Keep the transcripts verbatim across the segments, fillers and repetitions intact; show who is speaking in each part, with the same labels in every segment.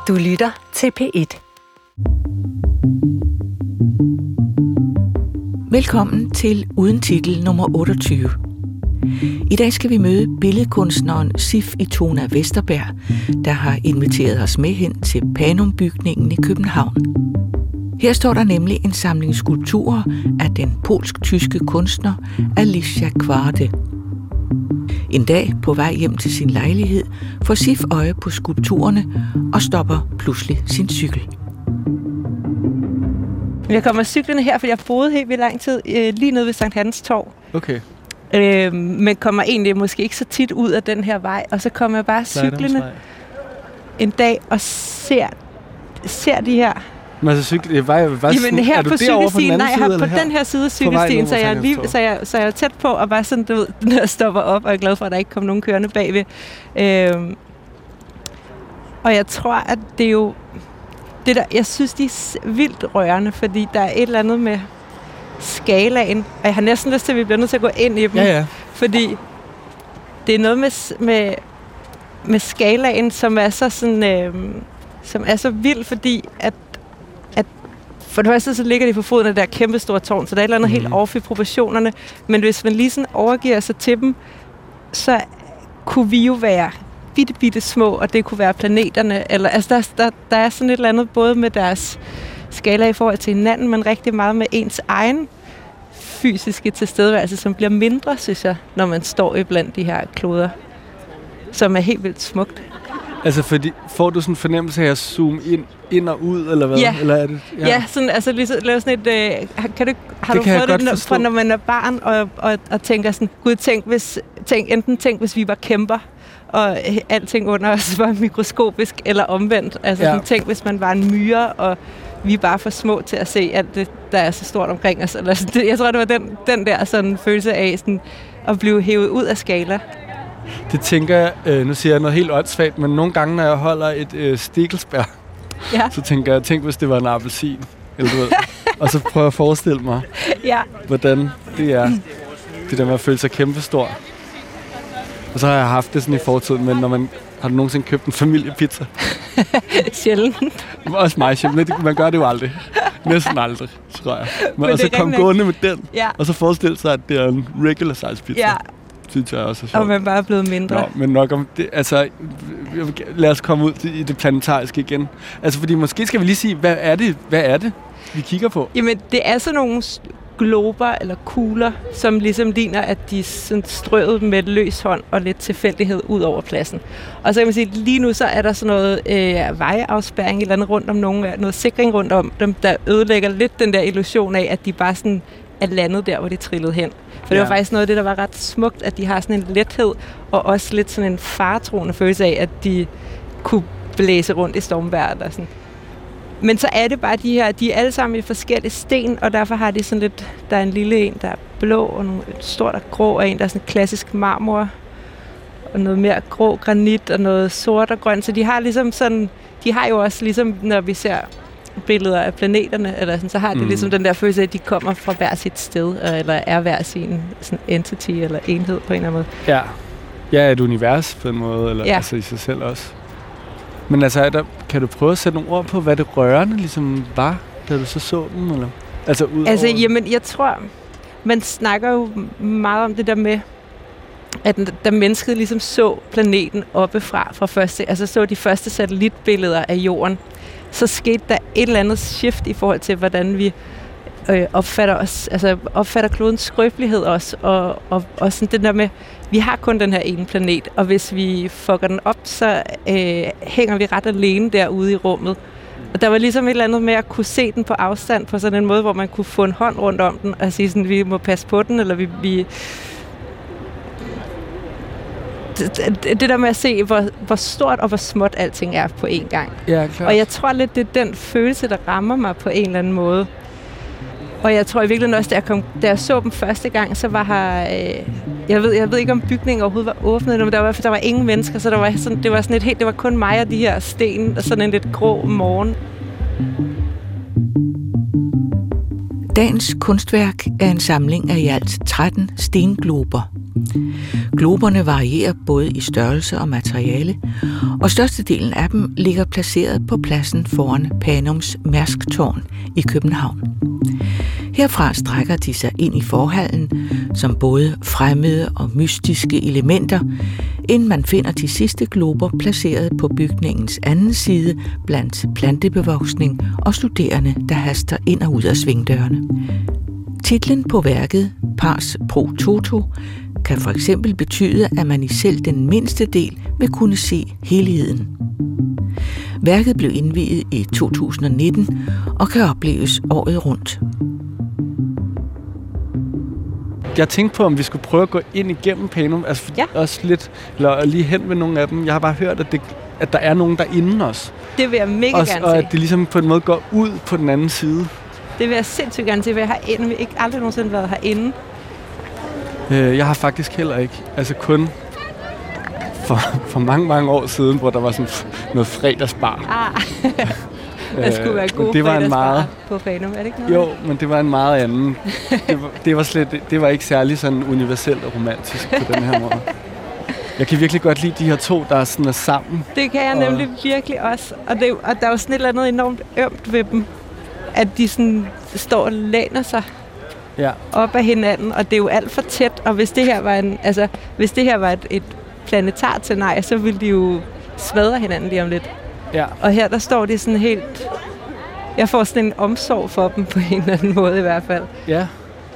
Speaker 1: Du lytter til P et. Velkommen til Uden Titel nummer otteogtyve. I dag skal vi møde billedkunstneren Sif Itona Vesterberg, der har inviteret os med hen til Panum-bygningen i København. Her står der nemlig en samling skulpturer af den polsk-tyske kunstner Alicja Kwarde. En dag på vej hjem til sin lejlighed får Sif øje på skulpturerne og stopper pludselig sin cykel.
Speaker 2: Jeg kommer cyklerne her, for jeg boede helt vildt lang tid øh, lige nede ved Sankt Hans Torv.
Speaker 3: Okay.
Speaker 2: Øh, men kommer egentlig måske ikke så tit ud af den her vej, og så kommer jeg bare cyklerne en dag og ser, ser de her.
Speaker 3: Men altså cykel, jeg var, jeg var
Speaker 2: Jamen her
Speaker 3: er
Speaker 2: på
Speaker 3: du
Speaker 2: cykelstien, nej, jeg har på
Speaker 3: her?
Speaker 2: den her side af cykelstien, så jeg, er lige, så, jeg, så jeg er tæt på, og bare sådan, du ved, når jeg stopper op, og jeg er glad for, at der ikke kommer nogen kørende bagved. Øh, og jeg tror, at det er jo, det der, jeg synes, de er vildt rørende, fordi der er et eller andet med skalaen, og jeg har næsten lyst til, at vi bliver nødt til at gå ind i dem,
Speaker 3: ja, ja.
Speaker 2: fordi det er noget med, med, med skalaen, som er så sådan, øh, som er så vild, fordi at, at for det første så ligger de på foden af der kæmpe store tårn, så der er et eller andet mm-hmm. helt off i proportionerne, men hvis man lige sådan overgiver sig til dem, så kunne vi jo være bitte, bitte små, og det kunne være planeterne, eller altså der, der, der er sådan et eller andet både med deres skala i forhold til hinanden, men rigtig meget med ens egen fysiske tilstedeværelse, som bliver mindre, synes jeg, når man står i blandt de her kloder, som er helt vildt smukt.
Speaker 3: Altså, fordi, får du sådan en fornemmelse af at zoome ind, ind og ud, eller hvad?
Speaker 2: Ja,
Speaker 3: eller er det? Ja.
Speaker 2: ja sådan, altså lige så, lave sådan et, øh, kan du, har
Speaker 3: det
Speaker 2: du
Speaker 3: kan
Speaker 2: fået det fra, når man er barn, og, og, og tænker sådan, gud, tænk hvis, tænk, enten tænk, hvis vi var kæmper, og alting under os var mikroskopisk, eller omvendt. Altså ja. Sådan, tænk, hvis man var en myre, og vi er bare for små til at se alt det, der er så stort omkring os. Eller, det, jeg tror, det var den, den der sådan, følelse af sådan, at blive hævet ud af skala.
Speaker 3: Det tænker jeg, øh, nu siger jeg noget helt åndssvagt, men nogle gange, når jeg holder et øh, stikkelsbær, ja. så tænker jeg, tænk hvis det var en appelsin, eller du ved. Og så prøver jeg at forestille mig,
Speaker 2: ja. hvordan
Speaker 3: det er, det der med at føle sig kæmpestor. Og så har jeg haft det sådan i fortiden, men når man har du nogensinde købt en familiepizza?
Speaker 2: Sjældent.
Speaker 3: Også meget sjældent. Man gør det jo aldrig. Næsten aldrig, tror jeg. Men, og så kom gående med den, ja. og så forestille sig, at det er en regular size pizza. Ja. Synes jeg også er sjovt.
Speaker 2: Og man bare er blevet mindre.
Speaker 3: Nå, men nok om det, altså, lad os komme ud i det planetariske igen. Altså, fordi måske skal vi lige sige, hvad er det, hvad er det vi kigger på?
Speaker 2: Jamen, det er sådan nogle glober eller kugler, som ligesom ligner, at de er strøget med løs hånd og lidt tilfældighed ud over pladsen. Og så kan man sige, lige nu så er der sådan noget øh, vejeafspærring eller andet rundt om nogen, noget sikring rundt om dem, der ødelægger lidt den der illusion af, at de bare sådan er landet der, hvor de trillede hen. For ja. det var faktisk noget af det, der var ret smukt, at de har sådan en lethed, og også lidt sådan en faretroende følelse af, at de kunne blæse rundt i stormvejr eller sådan. Men så er det bare de her, de er alle sammen i forskellige sten, og derfor har de sådan lidt, der er en lille en, der er blå, og nogle stort og grå, og en, der er sådan klassisk marmor, og noget mere grå granit, og noget sort og grønt. Så de har ligesom sådan, de har jo også ligesom, når vi ser billeder af planeterne, eller sådan, så har de mm. ligesom den der følelse af, at de kommer fra hver sit sted, eller er hver sin sådan entity, eller enhed på en eller anden måde.
Speaker 3: Ja, ja, et univers på en måde, eller ja. altså i sig selv også. Men altså, er der, kan du prøve at sætte nogle ord på, hvad det rørende ligesom var, da du så så dem? Eller? Altså, udover...
Speaker 2: altså, jamen, jeg tror, man snakker jo meget om det der med, at da mennesket ligesom så planeten oppefra fra første, altså så de første satellitbilleder af jorden, så skete der et eller andet shift i forhold til, hvordan vi øh, opfatter os, altså opfatter klodens skrøbelighed også, og, og, og sådan det der med, vi har kun den her ene planet, og hvis vi fucker den op, så øh, hænger vi ret alene derude i rummet. Og der var ligesom et eller andet med at kunne se den på afstand, på sådan en måde, hvor man kunne få en hånd rundt om den, og sige sådan, vi må passe på den, eller vi... vi det, det der med at se, hvor, hvor stort og hvor småt alting er på én gang.
Speaker 3: Ja, klart.
Speaker 2: Og jeg tror lidt, det er den følelse, der rammer mig på en eller anden måde. Og jeg tror i virkeligheden også, da jeg, kom, da jeg så dem første gang, så var her... Øh, jeg, ved, jeg ved ikke, om bygningen overhovedet var åbnet, men der var, der var ingen mennesker, så der var sådan, det var sådan et helt... Det var kun mig og de her sten, og sådan en lidt grå morgen.
Speaker 1: Dagens kunstværk er en samling af i alt tretten stenglober. Globerne varierer både i størrelse og materiale, og størstedelen af dem ligger placeret på pladsen foran Panums Mærsk-tårn i København. Herfra strækker de sig ind i forhallen som både fremmede og mystiske elementer, inden man finder de sidste glober placeret på bygningens anden side blandt plantebevoksning og studerende, der haster ind og ud af svingdørene. Titlen på værket, Pars pro toto, kan for eksempel betyde, at man i selv den mindste del vil kunne se helheden. Værket blev indviet i to tusind nitten og kan opleves året rundt.
Speaker 3: Jeg tænkte på, om vi skulle prøve at gå ind igennem Panum, altså
Speaker 2: ja.
Speaker 3: også lidt, eller lige hen ved nogle af dem. Jeg har bare hørt, at, det, at der er nogen derinde også.
Speaker 2: Det vil jeg mega
Speaker 3: også,
Speaker 2: gerne
Speaker 3: og
Speaker 2: se.
Speaker 3: Og at det ligesom på en måde går ud på den anden side.
Speaker 2: Det vil jeg sindssygt gerne se, for jeg har endnu, ikke aldrig nogensinde været herinde.
Speaker 3: Øh, jeg har faktisk heller ikke, altså kun for, for mange, mange år siden, hvor der var sådan noget fredagsbar.
Speaker 2: Ah. Der skulle være gode
Speaker 3: det var en meget
Speaker 2: på Panum, er det ikke noget?
Speaker 3: Jo, men det var en meget anden. Det var, det var, slet, det var ikke særlig sådan universelt og romantisk på den her måde. Jeg kan virkelig godt lide de her to, der er sådan er sammen.
Speaker 2: Det kan jeg og... nemlig virkelig også. Og, det, og der er jo sådan et eller andet enormt ømt ved dem, at de sådan står og læner sig
Speaker 3: ja.
Speaker 2: op af hinanden, og det er jo alt for tæt. Og hvis det her var en, altså hvis det her var et, et planetarscenarie, så ville de jo smadre hinanden lige om lidt.
Speaker 3: Ja.
Speaker 2: Og her der står de sådan helt... Jeg får sådan en omsorg for dem på en eller anden måde i hvert fald.
Speaker 3: Ja.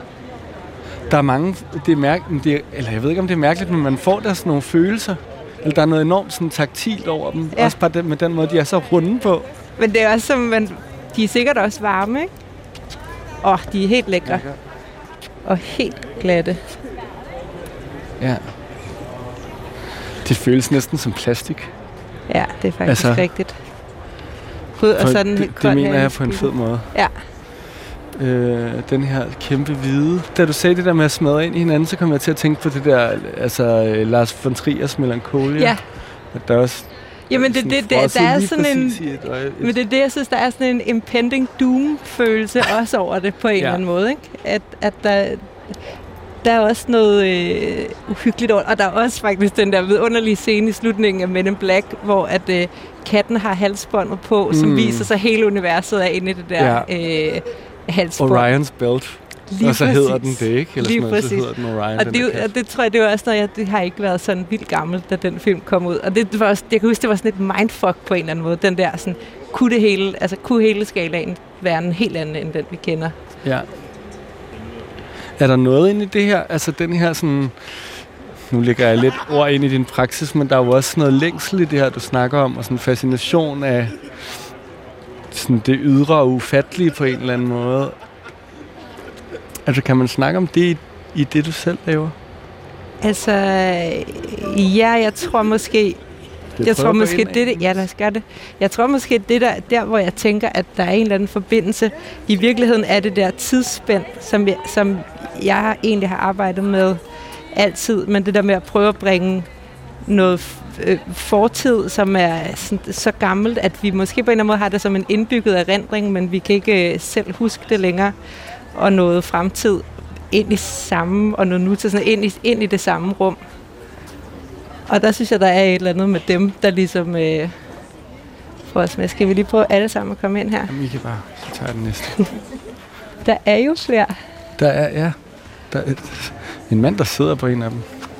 Speaker 3: Der er mange... Det er mærkeligt, det er, eller jeg ved ikke, om det er mærkeligt, men man får der sådan nogle følelser. Eller der er noget enormt sådan taktilt over dem. Ja. Også bare den, med den måde, de er så runde på.
Speaker 2: Men det er også som... Man, de er sikkert også varme, ikke? Åh, de er helt lækre. Okay. Og helt glatte.
Speaker 3: Ja. Det føles næsten som plastik.
Speaker 2: Ja, det er faktisk altså, rigtigt. Gud, og sådan
Speaker 3: det, det mener jeg på en fed måde.
Speaker 2: Ja.
Speaker 3: Øh, den her kæmpe hvide. Da du sagde det der med at smadre ind i hinanden, så kom jeg til at tænke på det der, altså Lars von Triers Melancholia.
Speaker 2: Ja.
Speaker 3: At der også
Speaker 2: Jamen det, det, det, der er sådan en, et, et, men det er det, jeg synes, der er sådan en impending doom-følelse også over det på en ja. eller anden måde, ikke? At, at der, der er også noget øh, uhyggeligt over, og der er også faktisk den der vidunderlige scene i slutningen af Men in Black, hvor at øh, katten har halsbåndet på, mm. som viser sig hele universet er inde i det der ja. øh, halsbånd.
Speaker 3: Orion's Belt.
Speaker 2: Lige
Speaker 3: og så
Speaker 2: præcis.
Speaker 3: hedder den det, ikke? Eller
Speaker 2: lige
Speaker 3: sådan noget,
Speaker 2: præcis.
Speaker 3: Så hedder den Orion.
Speaker 2: Og det, og det tror jeg, det var også noget, jeg, det har ikke været sådan vildt gammelt, da den film kom ud. Og det var også, jeg kan huske, det var sådan et mindfuck på en eller anden måde. Den der sådan, kunne det hele, altså kunne hele skalaen være en helt anden, end den vi kender.
Speaker 3: Ja. Er der noget inde i det her, altså den her sådan, nu lægger jeg lidt ord ind i din praksis, men der er jo også noget længsel i det her, du snakker om, og sådan en fascination af sådan det ydre og ufattelige på en eller anden måde. Altså, kan man snakke om det i, i det, du selv laver?
Speaker 2: Altså, ja, jeg tror måske... Jeg, jeg tror måske, det, det, ja, lad os gøre det. Jeg tror måske, det der, der, hvor jeg tænker, at der er en eller anden forbindelse, i virkeligheden er det der tidsspænd, som jeg, som jeg egentlig har arbejdet med altid, men det der med at prøve at bringe noget øh, fortid, som er sådan, så gammelt, at vi måske på en eller anden måde har det som en indbygget erindring, men vi kan ikke øh, selv huske det længere, og noget fremtid ind i samme, og noget nutid, sådan ind i, ind i det samme rum. Og der synes jeg, der er et eller andet med dem, der ligesom øh, får os med. Skal vi lige prøve alle sammen at komme ind her?
Speaker 3: Jamen, I kan bare, så tager jeg den næste.
Speaker 2: Der er jo flere.
Speaker 3: Der er, ja. Der er et, en mand, der sidder på en af dem.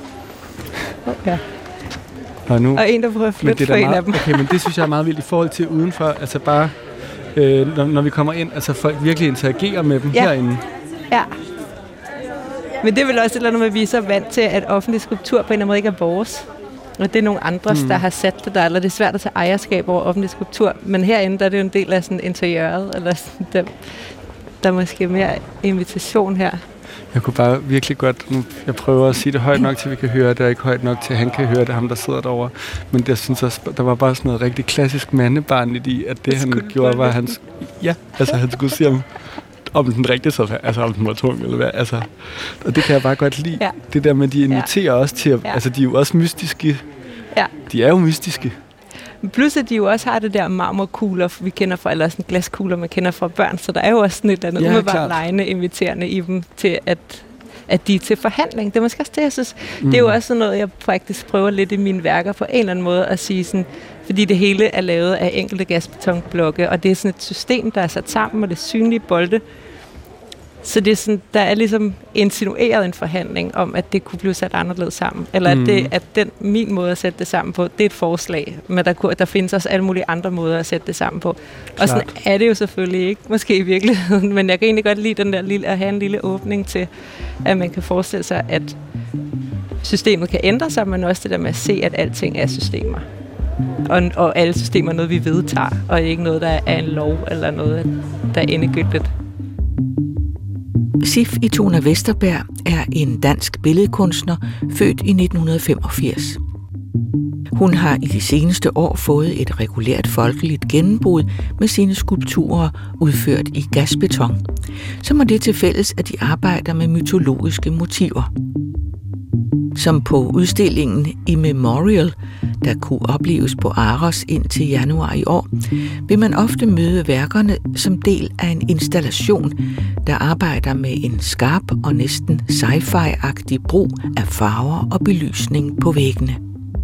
Speaker 2: Okay.
Speaker 3: Og, nu,
Speaker 2: og en, der prøver at flytte på en
Speaker 3: meget,
Speaker 2: af dem.
Speaker 3: Okay, men det synes jeg er meget vildt i forhold til udenfor. Altså bare, øh, når, når vi kommer ind, altså folk virkelig interagerer med dem
Speaker 2: ja.
Speaker 3: herinde.
Speaker 2: Ja. Men det er vel også et eller andet med, at vi er så vant til, at offentlig skulptur på en eller anden måde ikke er vores. Og det er nogle andres, mm. der har sat det der, eller det er svært at tage ejerskab over offentlig skulptur. Men herinde, der er det jo en del af sådan interiøret, eller sådan, der, der er måske mere invitation her.
Speaker 3: Jeg kunne bare virkelig godt, nu, jeg prøver at sige det højt nok, til vi kan høre det, og ikke højt nok til, at han kan høre det, ham der sidder derovre. Men jeg synes også, der var bare sådan noget rigtig klassisk mandebarnligt i, at det, det han gjorde, var, at han, ja, altså, han skulle sige om, om den rigtige så, altså om den var tung, eller hvad, altså. Og det kan jeg bare godt lide. Ja. Det der med, de inviterer ja. os til, at, ja. altså de er jo også mystiske. Ja. De er jo mystiske.
Speaker 2: Plus at de jo også har det der marmorkugler, vi kender fra, eller sådan glaskugler, man kender fra børn, så der er jo også sådan et eller andet ja, umiddelbart legende inviterende i dem til, at at de er til forhandling. Det er måske også det, jeg synes. Mm. Det er jo også sådan noget, jeg faktisk prøver lidt i mine værker på en eller anden måde at sige sådan, fordi det hele er lavet af enkelte gasbetonblokke, og det er sådan et system, der er sat sammen, og det er synlige bolde. Så det er sådan, der er ligesom insinueret en forhandling om, at det kunne blive sat anderledes sammen. Eller mm. at, det, at den, min måde at sætte det sammen på, det er et forslag. Men der, kunne, der findes også alle mulige andre måder at sætte det sammen på. Klart. Og sådan er det jo selvfølgelig ikke, måske i virkeligheden. Men jeg kan egentlig godt lide den der lille, at have en lille åbning til, at man kan forestille sig, at systemet kan ændre sig, men også det der med at se, at alting er systemer. Og, og alle systemer er noget, vi vedtager, og ikke noget, der er en lov eller noget, der er endegyldigt.
Speaker 1: Sif Itona Vesterberg er en dansk billedkunstner, født i nitten femogfirs. Hun har i de seneste år fået et regulært folkeligt gennembrud med sine skulpturer udført i gasbeton, som har det til fælles, at de arbejder med mytologiske motiver. Som på udstillingen Immemorial, der kunne opleves på Aros indtil januar i år, vil man ofte møde værkerne som del af en installation, der arbejder med en skarp og næsten sci-fi-agtig brug af farver og belysning på væggene.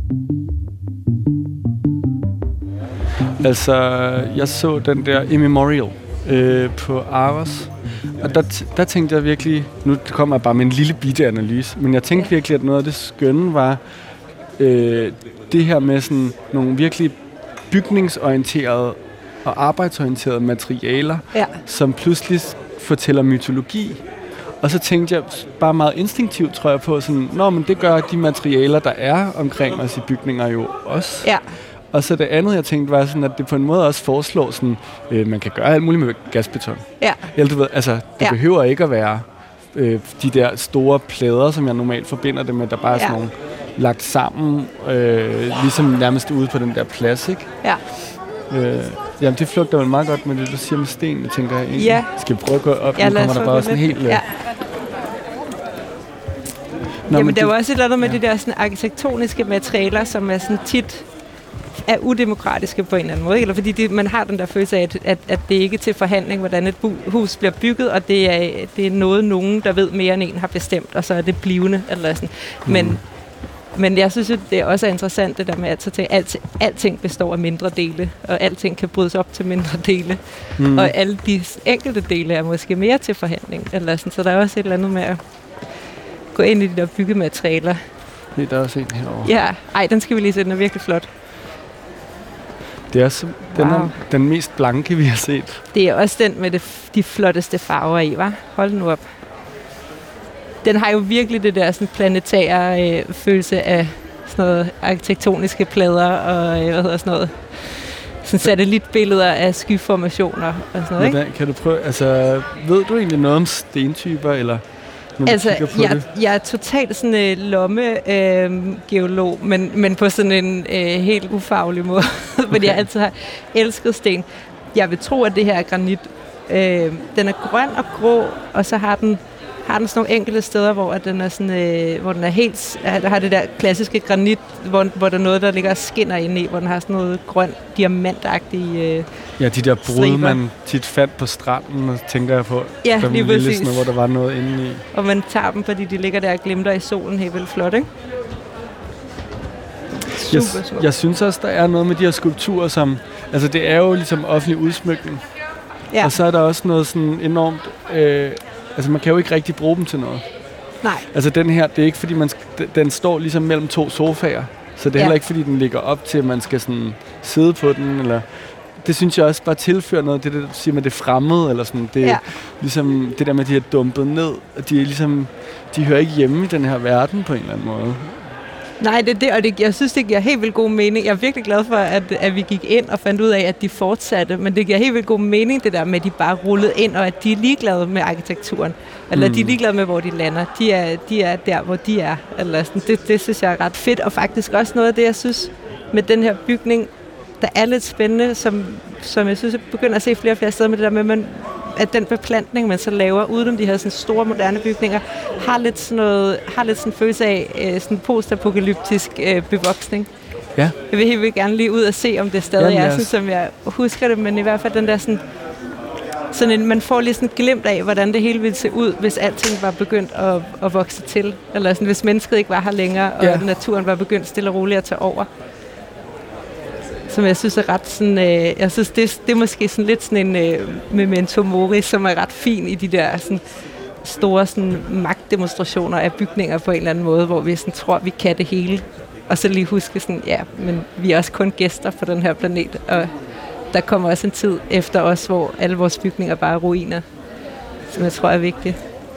Speaker 3: Altså, jeg så den der Immemorial øh, på Aros, og der, der tænkte jeg virkelig, nu kommer jeg bare med en lille bitte analyse, men jeg tænkte virkelig, at noget af det skønne var øh, det her med sådan nogle virkelig bygningsorienterede og arbejdsorienterede materialer, ja. Som pludselig fortæller mytologi. Og så tænkte jeg bare meget instinktivt, tror jeg, på sådan, nå, men det gør de materialer, der er omkring os i bygninger jo også. Ja. Og så det andet, jeg tænkte, var sådan, at det på en måde også foreslår sådan, øh, man kan gøre alt muligt med gasbeton. Ja. Eller du ved, altså, det ja. behøver ikke at være øh, de der store plader, som jeg normalt forbinder det med, der bare er sådan ja. nogle lagt sammen, øh, ligesom nærmest ude på den der plads, ikke? Ja. Øh, jamen, det flugter vel meget godt med det, du siger med sten, jeg tænker jeg. Ja. Skal vi prøve at gå op, ja, nu kommer der bare sådan helt... Ja.
Speaker 2: Nå, jamen, der er jo også et eller andet med ja. de der sådan arkitektoniske materialer, som er sådan tit er udemokratiske på en eller anden måde, eller fordi de, man har den der følelse af, at, at, at det ikke er til forhandling, hvordan et bu- hus bliver bygget, og det er, det er noget, nogen, der ved mere end en, har bestemt, og så er det blivende, eller sådan. Men, mm. men jeg synes, det også er interessant, det der med, at alt, alting består af mindre dele, og alting kan brydes op til mindre dele, mm. og alle de enkelte dele er måske mere til forhandling, eller sådan. Så der er også et eller andet med at gå ind i de der byggematerialer.
Speaker 3: Det er der også en herovre.
Speaker 2: Ja, ej, den skal vi lige se, den er virkelig flot.
Speaker 3: Det er, som, wow. den, er den mest blanke, vi har set.
Speaker 2: Det er også den med det, de flotteste farver i, hva'? Hold nu op. Den har jo virkelig det der sådan planetære øh, følelse af sådan noget arkitektoniske plader og øh, hvad hedder sådan noget, sådan satellitbilleder af skyformationer og sådan noget, ikke?
Speaker 3: Hvordan, kan du prøve, altså, ved du egentlig noget om stentyper, eller...
Speaker 2: Altså, jeg, jeg er totalt sådan en øh, lomme-geolog, øh, men, men på sådan en øh, helt ufaglig måde, okay. Fordi jeg altid har elsket sten. Jeg vil tro, at det her er granit. Øh, den er grøn og grå, og så har den, har den sådan nogle enkelte steder, hvor den er, sådan, øh, hvor den er helt... Der har det der klassiske granit, hvor, hvor der er noget, der ligger og skinner inde i, hvor den har sådan noget grøn, diamantagtige øh,
Speaker 3: ja, de der brud, man tit fandt på stranden, og tænker jeg på,
Speaker 2: ja,
Speaker 3: lige lille, sådan, hvor der var noget inde i.
Speaker 2: Og man tager dem, fordi de ligger der og glimter i solen helt vildt flot, ikke?
Speaker 3: Jeg, jeg synes også, der er noget med de her skulpturer, som... Altså, det er jo ligesom offentlig udsmykning. Ja. Og så er der også noget sådan enormt... Øh, altså, man kan jo ikke rigtig bruge dem til noget.
Speaker 2: Nej.
Speaker 3: Altså, den her, det er ikke, fordi man... Sk- den står ligesom mellem to sofaer. Så det er ja. heller ikke, fordi den ligger op til, at man skal sådan sidde på den, eller... Det synes jeg også bare tilfører noget, det der, du siger med det fremmede, eller sådan. Det er ja. ligesom det der med, at de er dumpet ned. At de er ligesom... De hører ikke hjemme i den her verden på en eller anden måde.
Speaker 2: Nej, det er det, og det, jeg synes, det giver helt vildt god mening. Jeg er virkelig glad for, at, at vi gik ind og fandt ud af, at de fortsatte, men det giver helt vildt god mening, det der med, at de bare rullede ind, og at de er ligeglade med arkitekturen. Eller mm. de er ligeglade med, hvor de lander. De er, de er der, hvor de er. Eller sådan. Det, det synes jeg er ret fedt, og faktisk også noget af det, jeg synes med den her bygning, der er lidt spændende, som, som jeg synes, jeg begynder at se flere og flere steder med det der med, man, at den beplantning, man så laver, uden om de her sådan store, moderne bygninger, har lidt sådan noget, har lidt sådan en følelse af øh, sådan postapokalyptisk øh, bevoksning. Ja. Jeg vil helt vildt gerne lige ud og se, om det stadig Jamen, er sådan, som jeg husker det, men i hvert fald den der sådan sådan en, man får lige sådan et glimt af, hvordan det hele ville se ud, hvis alting var begyndt at, at vokse til. Eller sådan, hvis mennesket ikke var her længere, og ja. naturen var begyndt stille og roligt at tage over. Som jeg synes er ret sådan, øh, jeg synes, det, det er måske sådan lidt sådan en øh, memento mori, som er ret fin i de der sådan, store sådan, magtdemonstrationer af bygninger på en eller anden måde, hvor vi sådan, tror, vi kan det hele. Og så lige huske sådan, ja, men vi er også kun gæster på den her planet, og der kommer også en tid efter os, hvor alle vores bygninger bare er ruiner, som jeg tror er vigtigt.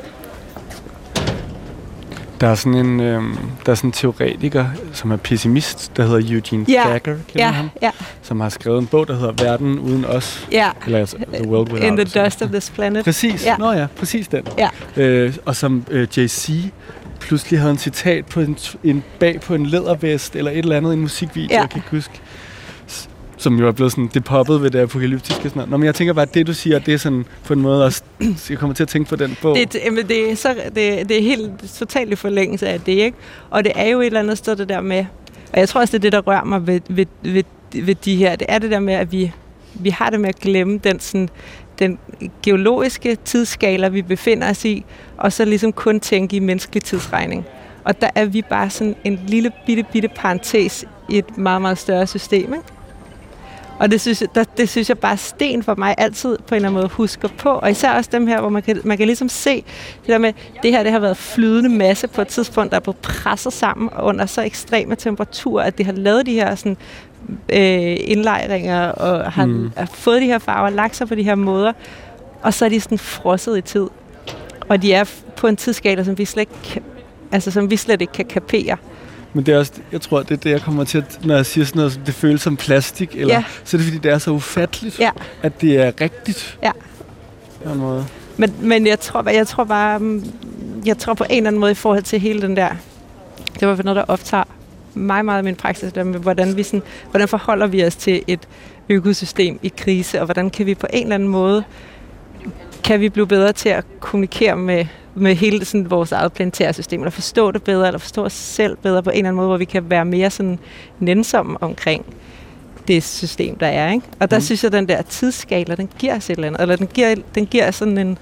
Speaker 3: Der er sådan en, øh, der er sådan en teoretiker, som er pessimist, der hedder Eugene
Speaker 2: ja.
Speaker 3: Dagger, kender
Speaker 2: ja.
Speaker 3: ham?
Speaker 2: Ja.
Speaker 3: Som har skrevet en bog, der hedder Verden uden os.
Speaker 2: Ja.
Speaker 3: Eller altså, The World Without
Speaker 2: In the
Speaker 3: Us.
Speaker 2: Dust of This Planet.
Speaker 3: Præcis. Ja. Nå ja, præcis den.
Speaker 2: Ja.
Speaker 3: Øh, og som øh, Jay-Z pludselig havde en citat på en, en bag på en lædervest, eller et eller andet i en musikvideo, ja. jeg kan ikke huske. Som jo er blevet sådan, det poppede ved det apokalyptiske. Sådan Nå, men jeg tænker bare, at det du siger, det er sådan på en måde også, jeg kommer til at tænke på den bog.
Speaker 2: Det, det, det, er, så, det, det er helt totalt i forlængelse af det, ikke? Og det er jo et eller andet sted det der med, og jeg tror også, det er det, der rører mig ved, ved, ved, ved de her, det er det der med, at vi, vi har det med at glemme den, sådan, den geologiske tidsskala, vi befinder os i, og så ligesom kun tænke i menneskelig tidsregning. Og der er vi bare sådan en lille bitte, bitte parentes i et meget, meget større system, ikke? Og det synes, jeg, der, det synes jeg bare sten for mig altid på en eller anden måde husker på. Og især også dem her, hvor man kan, man kan ligesom se det der med, det her det har været flydende masse på et tidspunkt, der er blevet presset sammen under så ekstreme temperaturer, at det har lavet de her sådan, øh, indlejringer og har, mm. har fået de her farver, lagt sig på de her måder. Og så er de sådan frosset i tid. Og de er på en tidsskala, som vi slet ikke, altså, som vi slet ikke kan kapere.
Speaker 3: Men det er også, jeg tror, det er det, jeg kommer til, at, når jeg siger sådan noget, det føles som plastik, eller, ja. så er det, fordi det er så ufatteligt, ja. at det er rigtigt.
Speaker 2: Ja.
Speaker 3: På en måde.
Speaker 2: Men, men jeg tror, jeg tror bare, jeg tror på en eller anden måde i forhold til hele den der, det var noget, der optager mig meget af min praksis, der med, hvordan, vi sådan, hvordan forholder vi os til et økosystem i krise, og hvordan kan vi på en eller anden måde, kan vi blive bedre til at kommunikere med med hele sådan, vores eget planetære system, eller forstå det bedre, eller forstå os selv bedre på en eller anden måde, hvor vi kan være mere sådan nænsomme omkring det system, der er, ikke? Og der mm. synes jeg, den der tidsskala, den giver os et eller andet, eller den giver, den giver sådan en,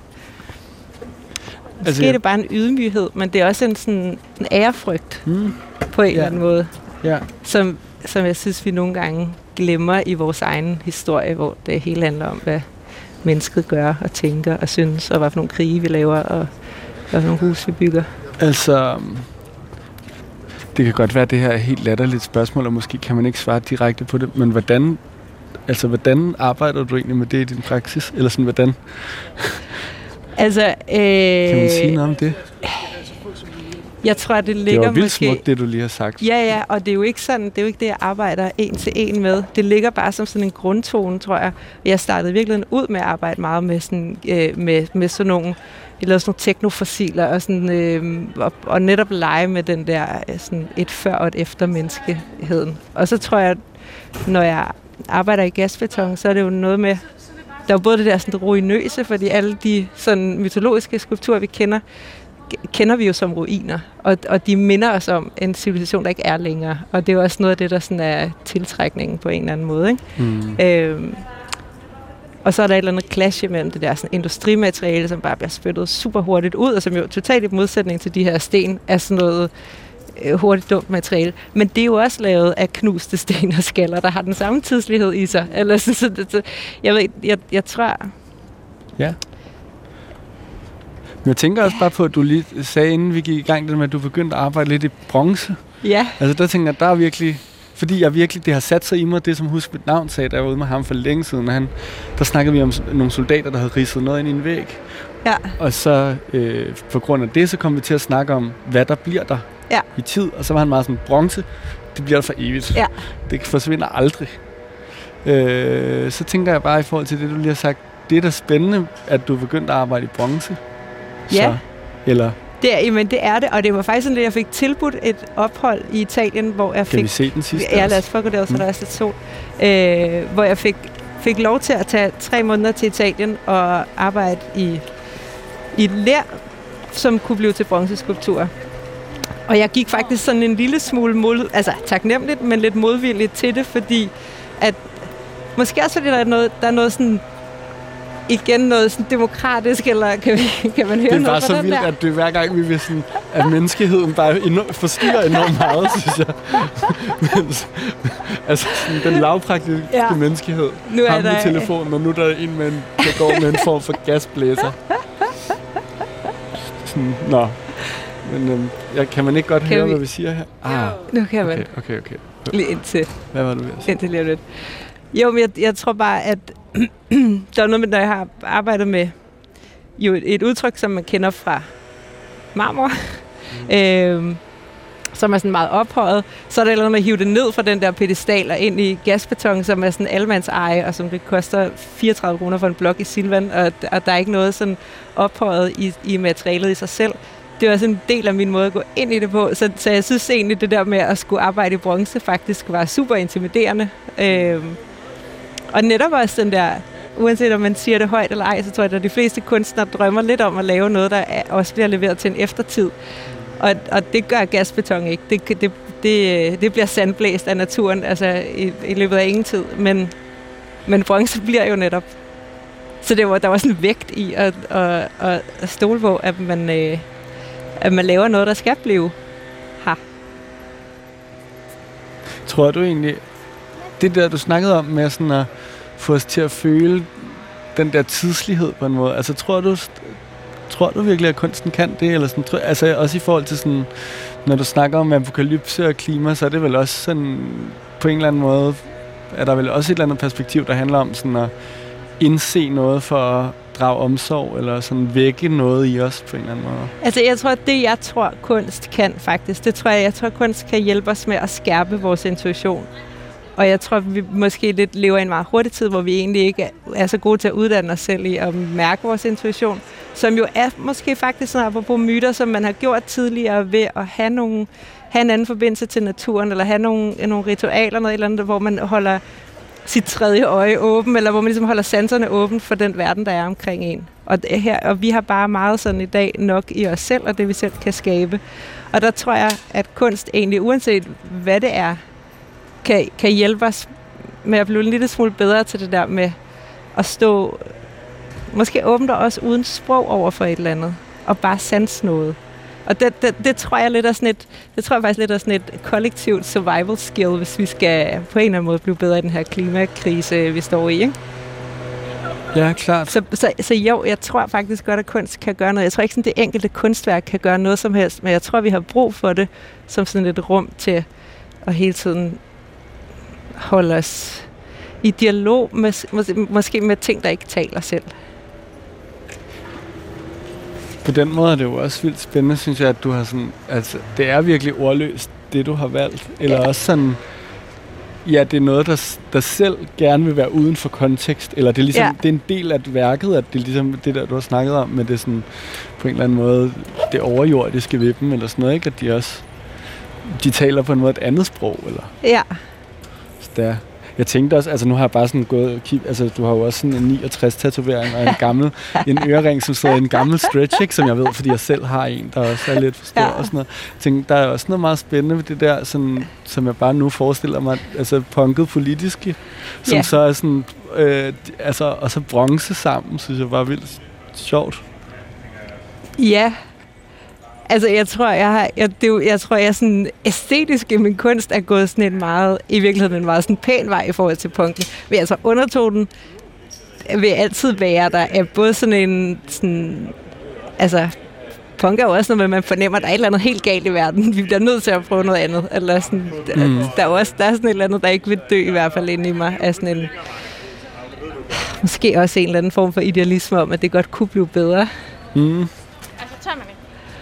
Speaker 2: måske altså, er det bare en ydmyghed, men det er også en sådan en ærefrygt mm. på en ja. eller anden måde, ja. som, som jeg synes, vi nogle gange glemmer i vores egen historie, hvor det hele handler om, hvad mennesket gør og tænker og synes, og hvad for nogle krige vi laver, og hvad for nogle hus vi bygger.
Speaker 3: Altså, det kan godt være, at det her er et helt latterligt spørgsmål, og måske kan man ikke svare direkte på det, men hvordan, altså, hvordan arbejder du egentlig med det i din praksis? Eller sådan, hvordan?
Speaker 2: Altså, øh,
Speaker 3: kan man sige noget om det?
Speaker 2: Jeg tror, det ligger
Speaker 3: måske... Det var vildt
Speaker 2: måske...
Speaker 3: smukt, det du lige har sagt.
Speaker 2: Ja, ja, og det er jo ikke sådan, det er jo ikke det, jeg arbejder en til en med. Det ligger bare som sådan en grundtone, tror jeg. Jeg startede virkelig ud med at arbejde meget med sådan, øh, med, med sådan nogle, jeg lavede sådan nogle teknofossiler, og, sådan, øh, og, og netop lege med den der sådan et før og et efter menneskeheden. Og så tror jeg, når jeg arbejder i gasbeton, så er det jo noget med, der er jo både det der sådan ruinøse, fordi alle de sådan mytologiske skulpturer, vi kender, kender vi jo som ruiner, og, og de minder os om en civilisation, der ikke er længere. Og det er jo også noget af det, der sådan er tiltrækningen på en eller anden måde. Ikke? Mm. Øhm, og så er der et eller andet clash mellem det der sådan industrimateriale, som bare bliver spyttet super hurtigt ud, og som jo totalt i modsætning til de her sten er sådan noget øh, hurtigt dumt materiale. Men det er jo også lavet af knuste sten og skaller, der har den samme tidslighed i sig. Eller så, så, så, jeg, ved, jeg, jeg tror...
Speaker 3: Ja. Men jeg tænker også bare på, at du lige sagde, inden vi gik i gang, det med, at du begyndte at arbejde lidt i bronze.
Speaker 2: Ja.
Speaker 3: Altså der tænker jeg, der er virkelig... Fordi jeg virkelig, det har sat sig i mig, det som Husk Mit Navn sagde, da jeg var ude med ham for længe siden. Og han, der snakkede vi om nogle soldater, der havde ridset noget ind i en væg.
Speaker 2: Ja. Og
Speaker 3: så øh, på grund af det, så kom vi til at snakke om, hvad der bliver der
Speaker 2: ja.
Speaker 3: i tid. Og så var han meget sådan, bronze, det bliver der for evigt.
Speaker 2: Ja.
Speaker 3: Det forsvinder aldrig. Øh, så tænker jeg bare i forhold til det, du lige har sagt, det er da spændende, at du begyndte at arbejde i bronze.
Speaker 2: Ja.
Speaker 3: Så, eller...
Speaker 2: Det er, jamen, det er det, og det var faktisk sådan, at jeg fik tilbudt et ophold i Italien, hvor jeg fik...
Speaker 3: Kan vi se den sidste?
Speaker 2: Ja, lad os få gå der, så mm. der er lidt sol. Øh, hvor jeg fik, fik lov til at tage tre måneder til Italien og arbejde i, i et ler, som kunne blive til bronzeskulpturer. Og jeg gik faktisk sådan en lille smule mod, altså taknemmeligt, men lidt modvilligt til det, fordi at... Måske også fordi der er noget, der er noget sådan... igen noget sådan demokratisk, eller kan, vi, kan man høre noget fra den der?
Speaker 3: Det er bare så vildt, der? At det hver gang vi vil sådan, at menneskeheden bare enormt, forstyrrer enormt meget, synes jeg. Altså sådan, den lavpraktiske ja. menneskehed. Nu er ham der... med telefonen, og nu er der en, med en, der går med en form for gasblæser. Sådan, nå. Men øhm, jeg, kan man ikke godt kan høre, vi... hvad vi siger her?
Speaker 2: Ah, nu kan man.
Speaker 3: Okay, okay, okay.
Speaker 2: Lige indtil.
Speaker 3: Hvad var du ved at sige?
Speaker 2: Indtil lige lidt. Jo, men jeg, jeg tror bare, at der er noget med, når jeg har arbejdet med jo et, et udtryk, som man kender fra marmor, mm. øhm, som er sådan meget ophøjet, så er der noget med at hive det ned fra den der pedestal og ind i gasbeton, som er sådan almands eje, og som det koster fireogtredive kroner for en blok i Silvan, og, og der er ikke noget sådan ophøjet i, i materialet i sig selv. Det var sådan en del af min måde at gå ind i det på, så, så jeg synes egentlig, det der med at skulle arbejde i bronze faktisk var super intimiderende. Øhm, og netop også den der, uanset om man siger det højt eller ej, så tror jeg, at de fleste kunstnere drømmer lidt om at lave noget, der også bliver leveret til en eftertid. Og, og det gør gasbeton ikke. Det, det, det, det bliver sandblæst af naturen, altså i, i løbet af ingen tid. Men, men bronze bliver jo netop. Så det var, der var sådan en vægt i at, at, at, at stole på, at man, øh, at man laver noget, der skal blive her.
Speaker 3: Tror du egentlig, det der, du snakkede om med sådan at få os til at føle den der tidslighed på en måde, altså tror du, tror du virkelig, at kunsten kan det? Eller sådan, tror, altså også i forhold til sådan, når du snakker om apokalypse og klima, så er det vel også sådan, på en eller anden måde, er der vel også et eller andet perspektiv, der handler om sådan at indse noget for at drage omsorg, eller sådan vække noget i os på en eller anden måde?
Speaker 2: Altså jeg tror, at det jeg tror, kunst kan faktisk, det tror jeg, jeg tror, kunst kan hjælpe os med at skærpe vores intuition. Og jeg tror, at vi måske lidt lever i en meget hurtig tid, hvor vi egentlig ikke er så gode til at uddanne os selv i at mærke vores intuition, som jo er måske faktisk sådan apropos myter, som man har gjort tidligere ved at have, nogle, have en anden forbindelse til naturen, eller have nogle, nogle ritualer, noget eller andet, hvor man holder sit tredje øje åben, eller hvor man ligesom holder sanserne åben for den verden, der er omkring en. Og, det her, og vi har bare meget sådan i dag nok i os selv, og det vi selv kan skabe. Og der tror jeg, at kunst egentlig, uanset hvad det er, kan, kan hjælpe os med at blive en lille smule bedre til det der med at stå, måske åbent og også uden sprog over for et eller andet, og bare sanse noget. Og det, det, det tror jeg lidt er sådan et, det tror jeg faktisk lidt er sådan et kollektivt survival skill, hvis vi skal på en eller anden måde blive bedre i den her klimakrise, vi står i, ikke?
Speaker 3: Ja, klart.
Speaker 2: Så, så, så jo, jeg tror faktisk godt, at kunst kan gøre noget. Jeg tror ikke, sådan det enkelte kunstværk kan gøre noget som helst, men jeg tror, vi har brug for det som sådan et rum til at hele tiden holde os i dialog med, mås- måske med ting, der ikke taler selv.
Speaker 3: På den måde er det jo også vildt spændende, synes jeg, at du har sådan, altså, det er virkelig ordløst, det du har valgt. Eller ja. Også sådan, ja, det er noget, der, der selv gerne vil være uden for kontekst. Eller det er ligesom, ja. Det er en del af værket, at det er ligesom det der, du har snakket om, med det sådan, på en eller anden måde, det overjordiske ved dem, eller sådan noget, ikke? At de også, de taler på en måde et andet sprog, eller?
Speaker 2: Ja.
Speaker 3: Så der. Jeg tænkte også, altså nu har jeg bare sådan gået, altså du har jo også sådan en niogtres-tatovering og en gammel, en ørering, som sidder i en gammel stretch, ikke, som jeg ved, fordi jeg selv har en, der også er lidt for stor, ja. Og sådan noget. Jeg tænkte, der er også noget meget spændende ved det der, sådan, som jeg bare nu forestiller mig, altså punket politiske, som yeah. så er sådan, øh, altså, og så bronze sammen, synes jeg var vildt sjovt.
Speaker 2: Ja. Altså, jeg tror, jeg har, jeg, det, jeg tror, jeg sådan æstetisk i min kunst er gået sådan en meget, i virkeligheden en meget sådan pæn vej i forhold til punken. Men altså, undertonen vil altid være der, er både sådan en, sådan, altså, punk er jo også noget med, at man fornemmer, at der er et eller andet helt galt i verden. Vi bliver nødt til at prøve noget andet. Eller sådan, mm. der, er også, der er sådan et eller andet, der ikke vil dø, i hvert fald inde i mig, af sådan en, måske også en eller anden form for idealisme om, at det godt kunne blive bedre.
Speaker 3: Mm.
Speaker 2: Altså, tør man ikke?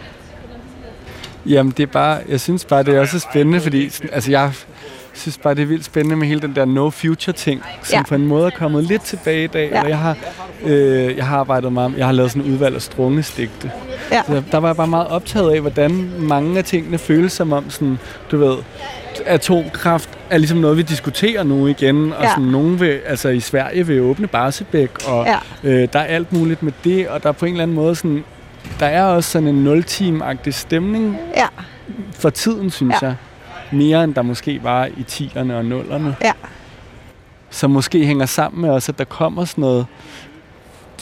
Speaker 3: Jamen, det er bare, jeg synes bare, det er også spændende, fordi altså, jeg synes bare, det er vildt spændende med hele den der no future ting, som ja. På en måde er kommet lidt tilbage i dag. Ja. Og jeg har, øh, jeg har arbejdet meget, jeg har lavet sådan en udvalg af strungestigte. Ja. Så der var jeg bare meget optaget af, hvordan mange af tingene føles som om sådan, du ved, atomkraft er ligesom noget, vi diskuterer nu igen, og ja. Sådan nogen vil, altså i Sverige vil åbne Barsebäck, og ja. øh, der er alt muligt med det, og der er på en eller anden måde sådan, der er også sådan en nul-team-agtig stemning
Speaker 2: ja.
Speaker 3: For tiden, synes ja. Jeg. Mere end der måske var i tierne og nullerne.
Speaker 2: Ja.
Speaker 3: Som måske hænger sammen med os, at der kommer sådan noget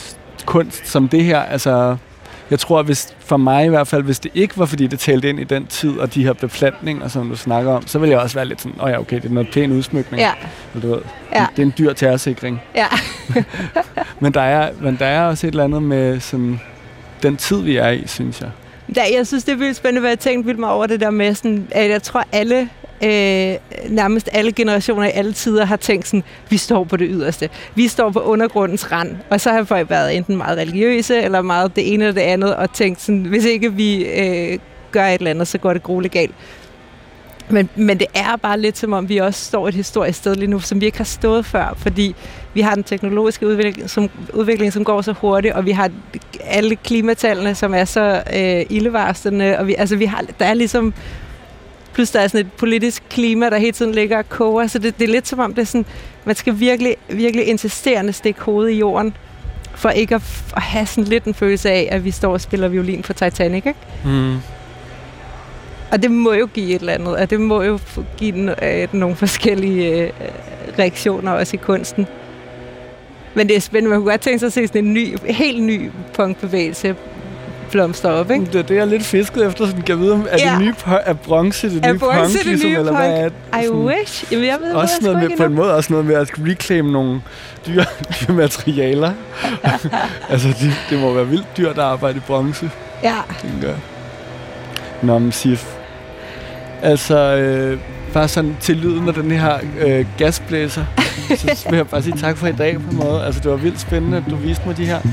Speaker 3: kunst som det her, altså jeg tror, hvis for mig i hvert fald, hvis det ikke var, fordi det talte ind i den tid, og de her beplantninger, som du snakker om, så ville jeg også være lidt sådan, åh oh ja, okay, det er noget pæn udsmykning.
Speaker 2: Ja.
Speaker 3: Du ved.
Speaker 2: Ja.
Speaker 3: Det er en dyr terrorsikring.
Speaker 2: Ja.
Speaker 3: men, der er, men der er også et eller andet med sådan, den tid, vi er i, synes jeg.
Speaker 2: Ja, jeg synes, det er vildt spændende, hvad jeg tænkte vildt mig over det der med, sådan, at jeg tror, alle Øh, nærmest alle generationer i alle tider har tænkt sådan, vi står på det yderste. Vi står på undergrundens rand. Og så har folk været enten meget religiøse, eller meget det ene eller det andet, og tænkt sådan, hvis ikke vi øh, gør et eller andet, så går det grueligt galt. Men, men det er bare lidt som om, vi også står et historisk sted lige nu, som vi ikke har stået før, fordi vi har den teknologiske udvikling, som, udvikling, som går så hurtigt, og vi har alle klimatallene, som er så øh, ildevarslende, og vi, altså, vi har, der er ligesom plus der er sådan et politisk klima, der hele tiden ligger og koger, så det, det er lidt som om, det er sådan, man skal virkelig, virkelig insisterende stikke hovedet i jorden, for ikke at, f- at have sådan lidt en følelse af, at vi står og spiller violin på Titanic, ikke?
Speaker 3: Mm.
Speaker 2: Og det må jo give et eller andet, og det må jo give øh, nogle forskellige øh, reaktioner også i kunsten. Men det er spændende, man kunne godt tænke sig at se sådan en ny, helt ny punkbevægelse blomster op, ikke?
Speaker 3: Det er det, jeg er lidt fisket efter, sådan, kan jeg vide, er
Speaker 2: ja.
Speaker 3: det nye er bronze det
Speaker 2: er
Speaker 3: nye punk,
Speaker 2: det
Speaker 3: ligesom,
Speaker 2: nye
Speaker 3: eller
Speaker 2: punk?
Speaker 3: hvad er det?
Speaker 2: I
Speaker 3: sådan,
Speaker 2: wish. Jamen, jeg ved,
Speaker 3: også noget med, på en måde også noget med at reclaim nogle dyre, dyre materialer. altså, det, det må være vildt dyrt at arbejde i bronze.
Speaker 2: Ja.
Speaker 3: Tænker jeg. Nå, men Sif. Altså, øh, bare sådan til lyden af den her øh, gasblæser, så vil jeg bare sige tak for i dag på en måde. Altså, det var vildt spændende, at du viste mig de her.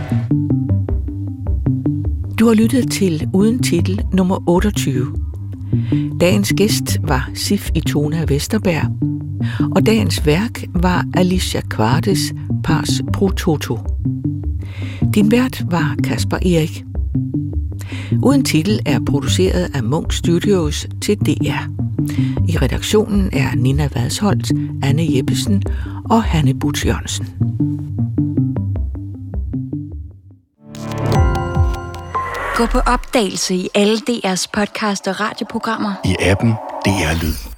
Speaker 1: Du har lyttet til Uden Titel nummer otteogtyve. Dagens gæst var Sif Itona Vesterberg, og dagens værk var Alicia Quartes Pars pro toto. Din vært var Kasper Erik. Uden Titel er produceret af Munch Studios til D R. I redaktionen er Nina Vadsholt, Anne Jeppesen og Hanne Butz Jørgensen.
Speaker 4: Gå på opdagelse i alle D R's podcast og radioprogrammer.
Speaker 5: I appen D R Lyd.